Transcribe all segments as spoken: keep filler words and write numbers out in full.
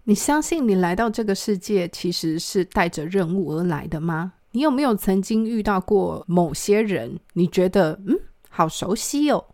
你相信你来到这个世界其实是带着任务而来的吗？你有没有曾经遇到过某些人，你觉得嗯，好熟悉哦？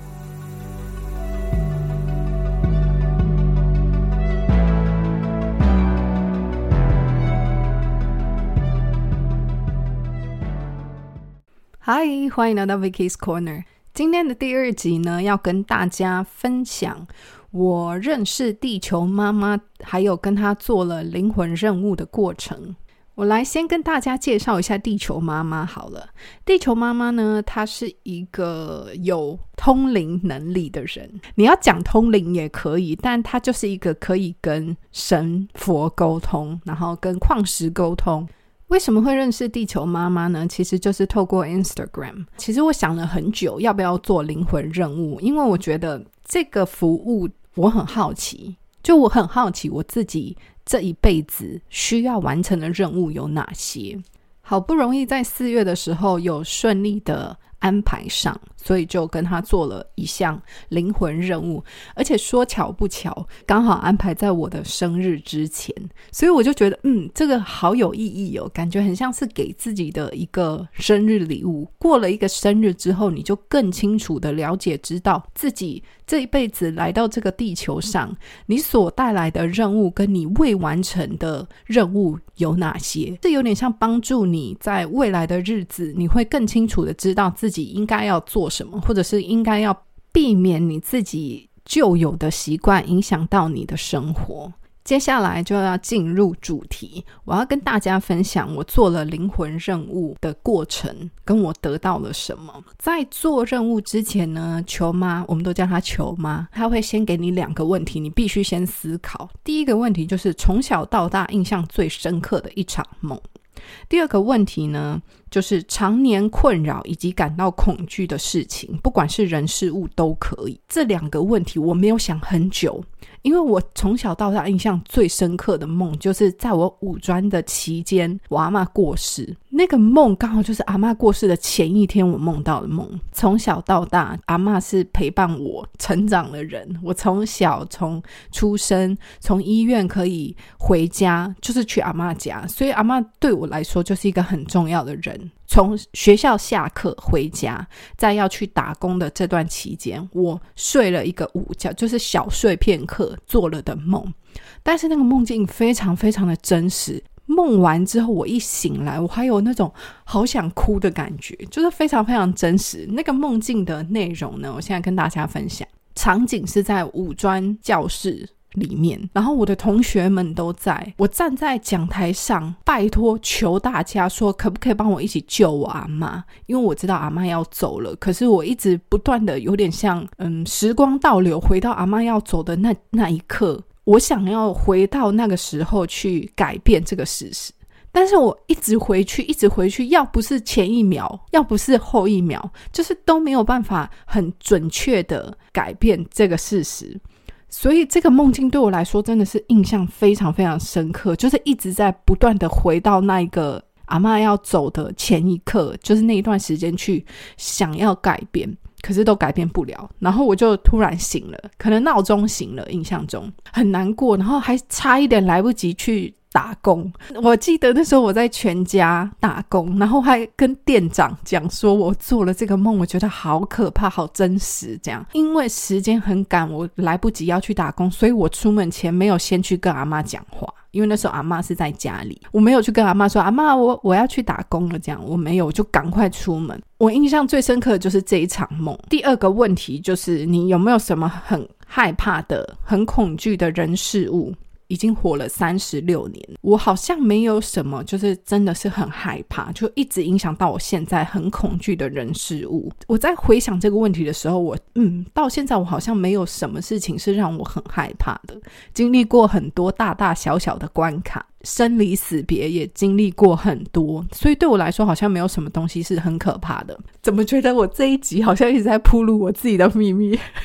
嗨，欢迎来到 Vicky's Corner。 今天的第二集呢，要跟大家分享我认识地球妈妈，还有跟她做了灵魂任务的过程。我来先跟大家介绍一下地球妈妈好了。地球妈妈呢，她是一个有通灵能力的人，你要讲通灵也可以，但她就是一个可以跟神佛沟通，然后跟矿石沟通。为什么会认识地球妈妈呢？其实就是透过 Instagram。 其实我想了很久要不要做灵魂任务，因为我觉得这个服务我很好奇，就我很好奇我自己这一辈子需要完成的任务有哪些。好不容易在四月的时候有顺利的安排上，所以就跟他做了一项灵魂任务，而且说巧不巧刚好安排在我的生日之前，所以我就觉得嗯，这个好有意义哦，感觉很像是给自己的一个生日礼物。过了一个生日之后，你就更清楚的了解知道自己这一辈子来到这个地球上，你所带来的任务跟你未完成的任务有哪些。这有点像帮助你在未来的日子，你会更清楚的知道自己应该要做什么，或者是应该要避免你自己旧有的习惯影响到你的生活。接下来就要进入主题，我要跟大家分享我做了灵魂任务的过程，跟我得到了什么。在做任务之前呢，球妈，我们都叫她球妈，她会先给你两个问题，你必须先思考。第一个问题就是从小到大印象最深刻的一场梦。第二个问题呢，就是常年困扰以及感到恐惧的事情，不管是人事物都可以。这两个问题我没有想很久，因为我从小到大印象最深刻的梦就是在我五专的期间，我阿嬷过世。那个梦刚好就是阿嬷过世的前一天我梦到的梦。从小到大阿嬷是陪伴我成长的人，我从小从出生从医院可以回家就是去阿嬷家，所以阿嬷对我来说就是一个很重要的人。从学校下课回家再要去打工的这段期间，我睡了一个午觉，就是小睡片刻做了的梦，但是那个梦境非常非常的真实。梦完之后我一醒来，我还有那种好想哭的感觉，就是非常非常真实。那个梦境的内容呢，我现在跟大家分享。场景是在五专教室里面，然后我的同学们都在，我站在讲台上拜托求大家说可不可以帮我一起救我阿嬷，因为我知道阿嬷要走了，可是我一直不断的有点像嗯时光倒流，回到阿嬷要走的那那一刻，我想要回到那个时候去改变这个事实，但是我一直回去一直回去，要不是前一秒要不是后一秒，就是都没有办法很准确的改变这个事实。所以这个梦境对我来说真的是印象非常非常深刻，就是一直在不断的回到那一个阿嬷要走的前一刻，就是那一段时间去想要改变，可是都改变不了。然后我就突然醒了，可能闹钟醒了，印象中很难过，然后还差一点来不及去打工。我记得那时候我在全家打工，然后还跟店长讲说我做了这个梦，我觉得好可怕好真实这样。因为时间很赶，我来不及要去打工，所以我出门前没有先去跟阿嬷讲话，因为那时候阿嬷是在家里，我没有去跟阿嬷说阿嬷我我要去打工了这样，我没有，我就赶快出门。我印象最深刻的就是这一场梦。第二个问题就是你有没有什么很害怕的很恐惧的人事物。已经活了三十六年，我好像没有什么就是真的是很害怕，就一直影响到我现在很恐惧的人事物。我在回想这个问题的时候，我嗯，到现在我好像没有什么事情是让我很害怕的。经历过很多大大小小的关卡，生离死别也经历过很多，所以对我来说好像没有什么东西是很可怕的。怎么觉得我这一集好像一直在暴露我自己的秘密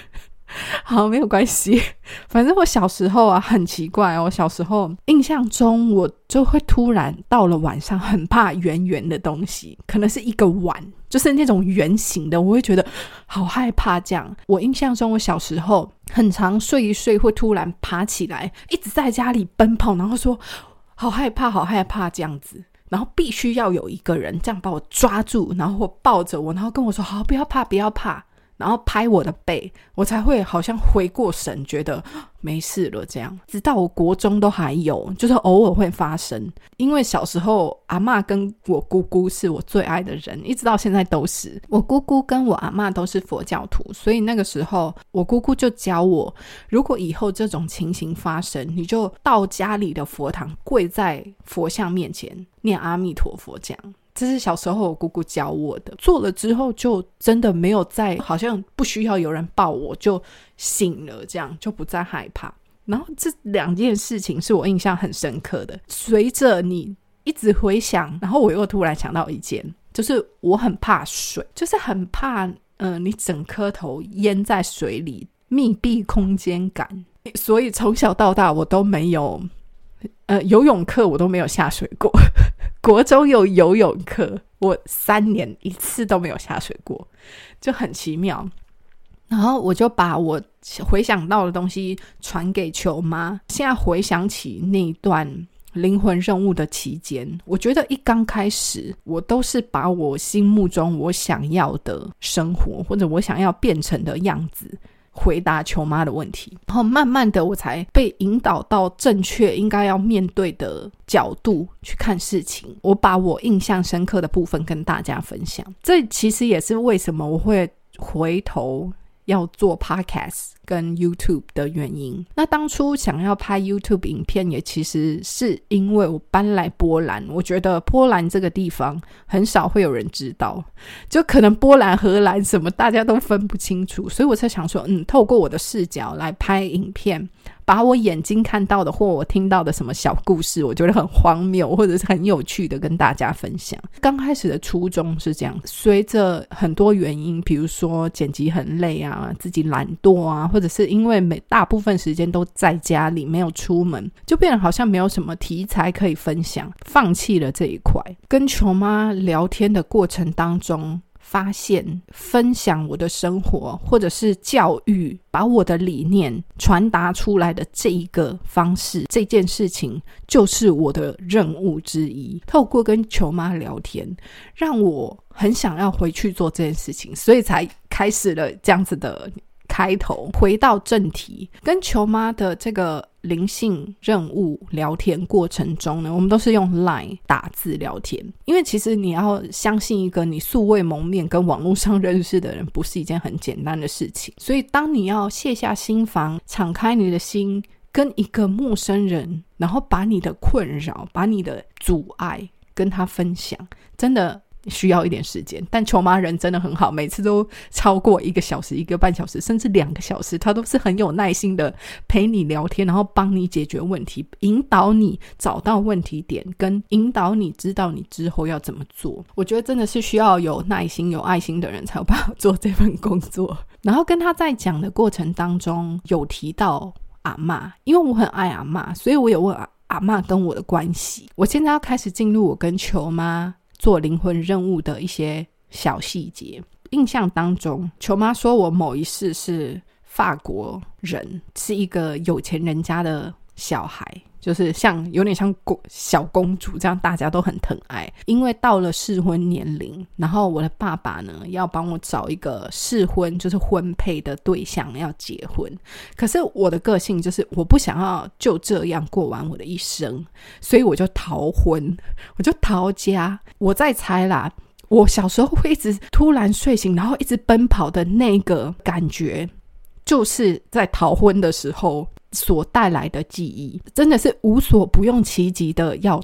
好，没有关系。反正我小时候啊，很奇怪哦。小时候印象中，我就会突然到了晚上很怕圆圆的东西，可能是一个碗，就是那种圆形的，我会觉得好害怕这样。我印象中，我小时候很常睡一睡会突然爬起来，一直在家里奔跑，然后说好害怕好害怕这样子，然后必须要有一个人这样把我抓住，然后抱着我，然后跟我说好不要怕不要怕，然后拍我的背，我才会好像回过神，觉得没事了这样。直到我国中都还有，就是偶尔会发生。因为小时候阿嬷跟我姑姑是我最爱的人，一直到现在都是。我姑姑跟我阿嬷都是佛教徒，所以那个时候我姑姑就教我，如果以后这种情形发生，你就到家里的佛堂跪在佛像面前念阿弥陀佛这样。这是小时候我姑姑教我的，做了之后就真的没有再好像不需要有人抱我就醒了，这样就不再害怕。然后这两件事情是我印象很深刻的。随着你一直回想，然后我又突然想到一件，就是我很怕水，就是很怕呃，你整颗头淹在水里，密闭空间感。所以从小到大我都没有呃，游泳课我都没有下水过。国中有游泳课，我三年一次都没有下水过，就很奇妙。然后我就把我回想到的东西传给球妈。现在回想起那一段灵魂任务的期间，我觉得一刚开始我都是把我心目中我想要的生活，或者我想要变成的样子回答球妈的问题，然后慢慢的我才被引导到正确应该要面对的角度去看事情。我把我印象深刻的部分跟大家分享，这其实也是为什么我会回头要做 podcast 跟 YouTube 的原因。那当初想要拍 YouTube 影片也其实是因为我搬来波兰，我觉得波兰这个地方很少会有人知道，就可能波兰荷兰什么大家都分不清楚，所以我才想说嗯，透过我的视角来拍影片，把我眼睛看到的或我听到的什么小故事，我觉得很荒谬或者是很有趣的跟大家分享。刚开始的初衷是这样，随着很多原因，比如说剪辑很累啊，自己懒惰啊，或者是因为每大部分时间都在家里没有出门，就变得好像没有什么题材可以分享，放弃了这一块。跟球妈聊天的过程当中发现分享我的生活或者是教育，把我的理念传达出来的这一个方式，这件事情就是我的任务之一。透过跟球妈聊天，让我很想要回去做这件事情，所以才开始了这样子的开头。回到正题，跟球妈的这个灵性任务聊天过程中呢，我们都是用 LINE 打字聊天。因为其实你要相信一个你素未谋面跟网络上认识的人不是一件很简单的事情，所以当你要卸下心防，敞开你的心，跟一个陌生人，然后把你的困扰，把你的阻碍跟他分享，真的需要一点时间。但球妈人真的很好，每次都超过一个小时一个半小时甚至两个小时，她都是很有耐心的陪你聊天，然后帮你解决问题，引导你找到问题点，跟引导你知道你之后要怎么做。我觉得真的是需要有耐心有爱心的人才有办法做这份工作。然后跟他在讲的过程当中有提到阿嬷，因为我很爱阿嬷，所以我有问阿阿嬷跟我的关系。我现在要开始进入我跟球妈做灵魂任务的一些小细节。印象当中，球妈说我某一世是法国人，是一个有钱人家的小孩，就是像有点像小公主这样，大家都很疼爱。因为到了适婚年龄，然后我的爸爸呢要帮我找一个适婚就是婚配的对象要结婚，可是我的个性就是我不想要就这样过完我的一生，所以我就逃婚，我就逃家。我在猜啦，我小时候会一直突然睡醒然后一直奔跑的那个感觉，就是在逃婚的时候所带来的记忆，真的是无所不用其极的要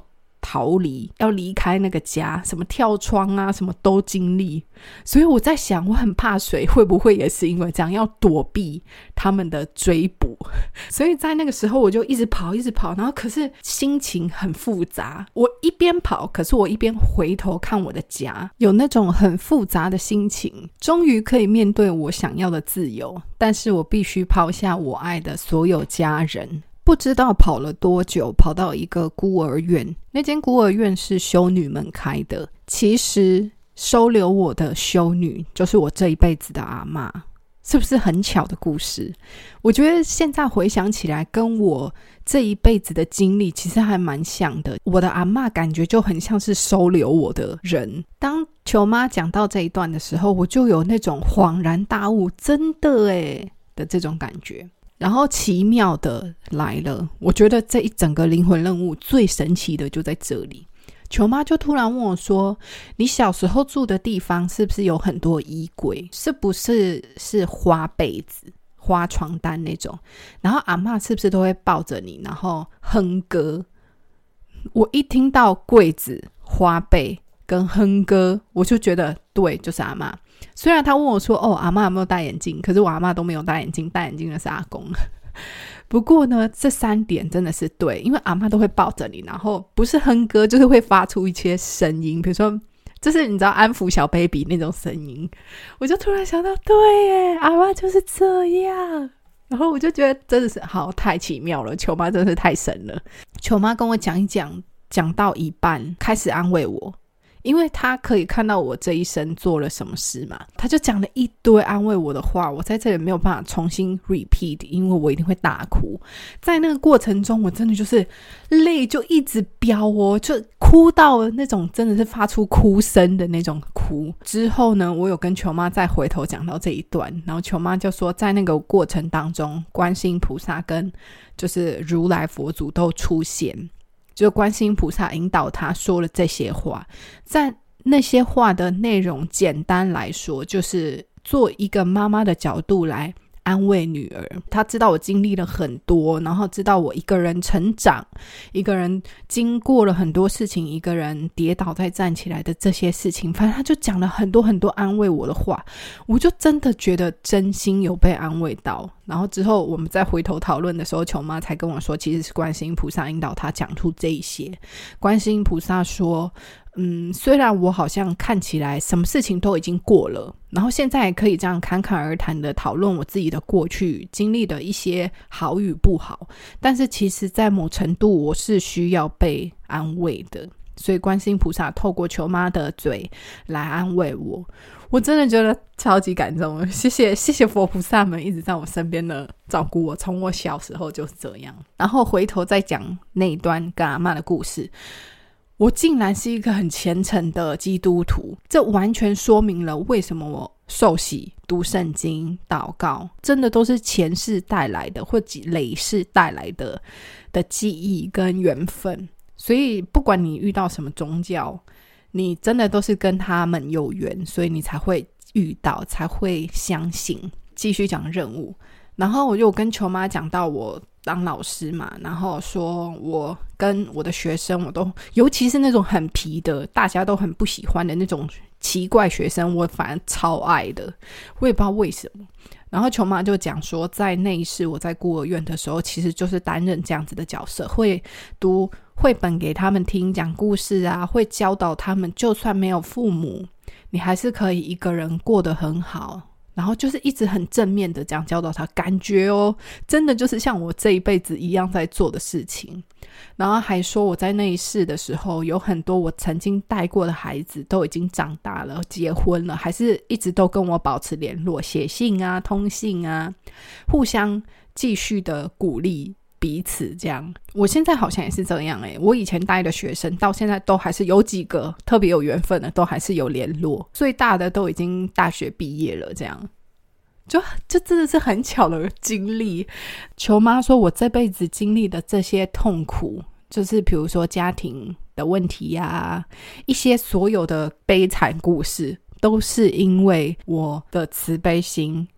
逃离，要离开那个家，什么跳窗啊，什么都经历。所以我在想，我很怕水会不会也是因为这样，要躲避他们的追捕。所以在那个时候我就一直跑一直跑，然后可是心情很复杂，我一边跑，可是我一边回头看我的家，有那种很复杂的心情。终于可以面对我想要的自由，但是我必须抛下我爱的所有家人。不知道跑了多久，跑到一个孤儿院，那间孤儿院是修女们开的。其实收留我的修女就是我这一辈子的阿嬷，是不是很巧的故事？我觉得现在回想起来，跟我这一辈子的经历其实还蛮像的。我的阿嬷感觉就很像是收留我的人。当球妈讲到这一段的时候，我就有那种恍然大悟，真的耶的这种感觉。然后奇妙的来了，我觉得这一整个灵魂任务最神奇的就在这里。球妈就突然问我说，你小时候住的地方是不是有很多衣柜，是不是是花被子花床单那种，然后阿嬷是不是都会抱着你然后哼歌。我一听到柜子花被跟哼歌，我就觉得对，就是阿嬷。虽然他问我说，哦，阿嬷有没有戴眼镜，可是我阿嬷都没有戴眼镜，戴眼镜的是阿公。不过呢，这三点真的是对，因为阿嬷都会抱着你，然后不是哼歌就是会发出一些声音，比如说就是你知道安抚小 baby 那种声音。我就突然想到，对耶，阿嬷就是这样。然后我就觉得真的是好太奇妙了，球妈真的是太神了。球妈跟我讲一讲，讲到一半开始安慰我，因为他可以看到我这一生做了什么事嘛，他就讲了一堆安慰我的话，我在这里没有办法重新 repeat， 因为我一定会大哭。在那个过程中我真的就是泪就一直飙哦，就哭到那种真的是发出哭声的那种哭。之后呢，我有跟球妈再回头讲到这一段，然后球妈就说在那个过程当中，观世音菩萨跟就是如来佛祖都出现，就观世音菩萨引导他说了这些话。在那些话的内容简单来说，就是做一个妈妈的角度来安慰女儿。她知道我经历了很多，然后知道我一个人成长，一个人经过了很多事情，一个人跌倒再站起来的这些事情，反正她就讲了很多很多安慰我的话，我就真的觉得真心有被安慰到。然后之后我们再回头讨论的时候，球妈才跟我说，其实是观世音菩萨引导她讲出这一些。观世音菩萨说，嗯，虽然我好像看起来什么事情都已经过了，然后现在也可以这样侃侃而谈的讨论我自己的过去经历的一些好与不好，但是其实在某程度我是需要被安慰的。所以观世音菩萨透过球妈的嘴来安慰我，我真的觉得超级感动。谢谢谢谢佛菩萨们一直在我身边的照顾我，从我小时候就是这样。然后回头再讲那一段跟阿嬷的故事，我竟然是一个很虔诚的基督徒，这完全说明了为什么我受洗、读圣经、祷告真的都是前世带来的或累世带来的的记忆跟缘分。所以不管你遇到什么宗教，你真的都是跟他们有缘，所以你才会遇到，才会相信。继续讲任务，然后我就跟球妈讲到我当老师嘛，然后说我跟我的学生，我都尤其是那种很皮的大家都很不喜欢的那种奇怪学生，我反而超爱的，我也不知道为什么。然后球妈就讲说，在那一世我在孤儿院的时候，其实就是担任这样子的角色，会读绘本给他们听，讲故事啊，会教导他们就算没有父母，你还是可以一个人过得很好，然后就是一直很正面的这样教导他，感觉哦真的就是像我这一辈子一样在做的事情。然后还说我在那一世的时候，有很多我曾经带过的孩子都已经长大了，结婚了，还是一直都跟我保持联络，写信啊，通信啊，互相继续的鼓励彼此这样。我现在好像也是这样耶，我以前带的学生到现在都还是有几个特别有缘分的都还是有联络，最大的都已经大学毕业了这样，就就真的是很巧的经历。球妈说我这辈子经历的这些痛苦，就是比如说家庭的问题啊，一些所有的悲惨故事，都是因为我的慈悲心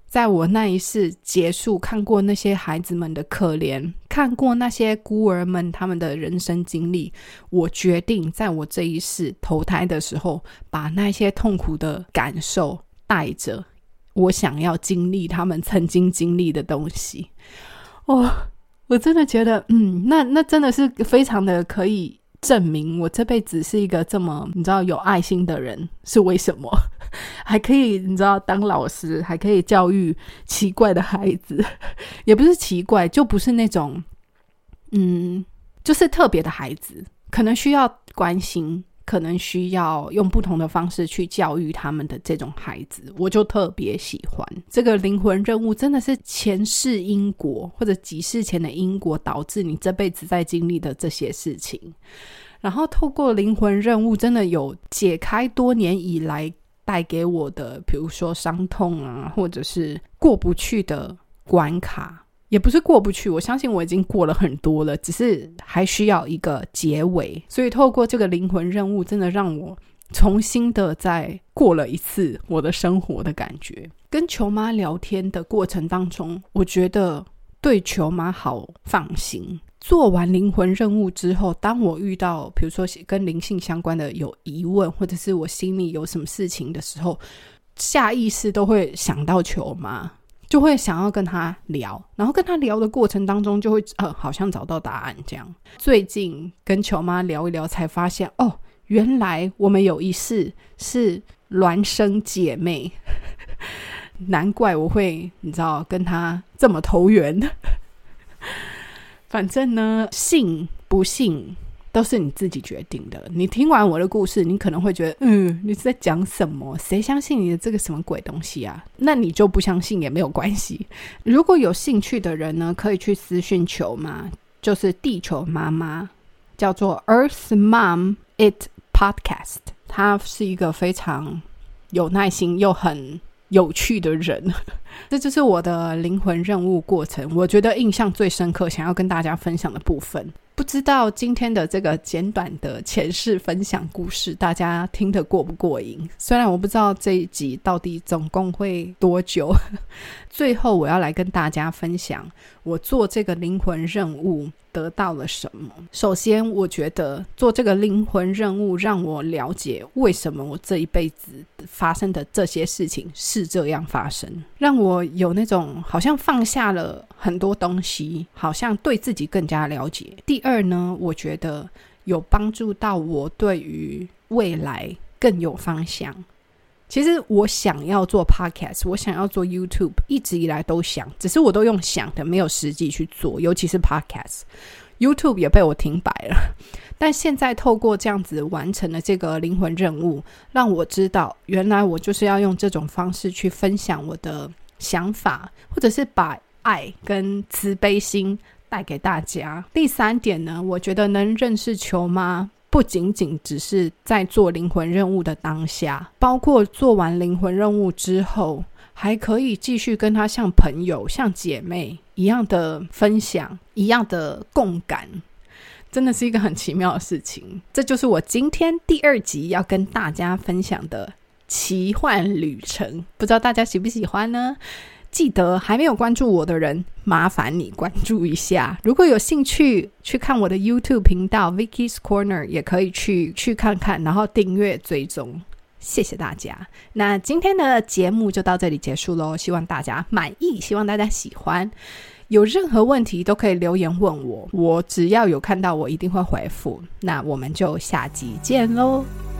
在我那一世结束，看过那些孩子们的可怜，看过那些孤儿们他们的人生经历，我决定在我这一世投胎的时候，把那些痛苦的感受带着，我想要经历他们曾经经历的东西。哦，我真的觉得嗯，那那真的是非常的可以证明我这辈子是一个这么你知道有爱心的人，是为什么还可以你知道当老师，还可以教育奇怪的孩子，也不是奇怪，就不是那种嗯，就是特别的孩子，可能需要关心，可能需要用不同的方式去教育他们的这种孩子，我就特别喜欢。这个灵魂任务真的是前世因果或者几世前的因果导致你这辈子在经历的这些事情，然后透过灵魂任务真的有解开多年以来带给我的比如说伤痛啊，或者是过不去的关卡，也不是过不去，我相信我已经过了很多了，只是还需要一个结尾。所以透过这个灵魂任务真的让我重新的再过了一次我的生活的感觉。跟球妈聊天的过程当中，我觉得对球妈好放心。做完灵魂任务之后，当我遇到比如说跟灵性相关的有疑问，或者是我心里有什么事情的时候，下意识都会想到球妈，就会想要跟他聊，然后跟他聊的过程当中就会呃，好像找到答案这样。最近跟球妈聊一聊才发现，哦，原来我们有一世是孪生姐妹难怪我会你知道跟他这么投缘反正呢，信不信都是你自己决定的。你听完我的故事，你可能会觉得嗯，你是在讲什么？谁相信你的这个什么鬼东西啊？那你就不相信也没有关系。如果有兴趣的人呢，可以去私讯球妈，就是地球妈妈，叫做 Earth Mom It Podcast。 她是一个非常有耐心又很有趣的人这就是我的灵魂任务过程，我觉得印象最深刻，想要跟大家分享的部分。不知道今天的这个简短的前世分享故事大家听得过不过瘾，虽然我不知道这一集到底总共会多久最后我要来跟大家分享我做这个灵魂任务得到了什么。首先我觉得做这个灵魂任务让我了解为什么我这一辈子发生的这些事情是这样发生，让我有那种好像放下了很多东西，好像对自己更加了解。第二呢，我觉得有帮助到我对于未来更有方向。其实我想要做 podcast， 我想要做 YouTube， 一直以来都想，只是我都用想的，没有实际去做，尤其是 podcast。 YouTube 也被我停摆了，但现在透过这样子完成了这个灵魂任务，让我知道原来我就是要用这种方式去分享我的想法，或者是把爱跟慈悲心带给大家。第三点呢，我觉得能认识球妈不仅仅只是在做灵魂任务的当下，包括做完灵魂任务之后还可以继续跟他像朋友像姐妹一样的分享，一样的共感，真的是一个很奇妙的事情。这就是我今天第二集要跟大家分享的奇幻旅程，不知道大家喜不喜欢呢？记得还没有关注我的人，麻烦你关注一下。如果有兴趣去看我的 YouTube 频道 Vicky's Corner， 也可以去去看看，然后订阅追踪。谢谢大家。那今天的节目就到这里结束咯，希望大家满意，希望大家喜欢。有任何问题都可以留言问我，我只要有看到我一定会回复。那我们就下集见咯。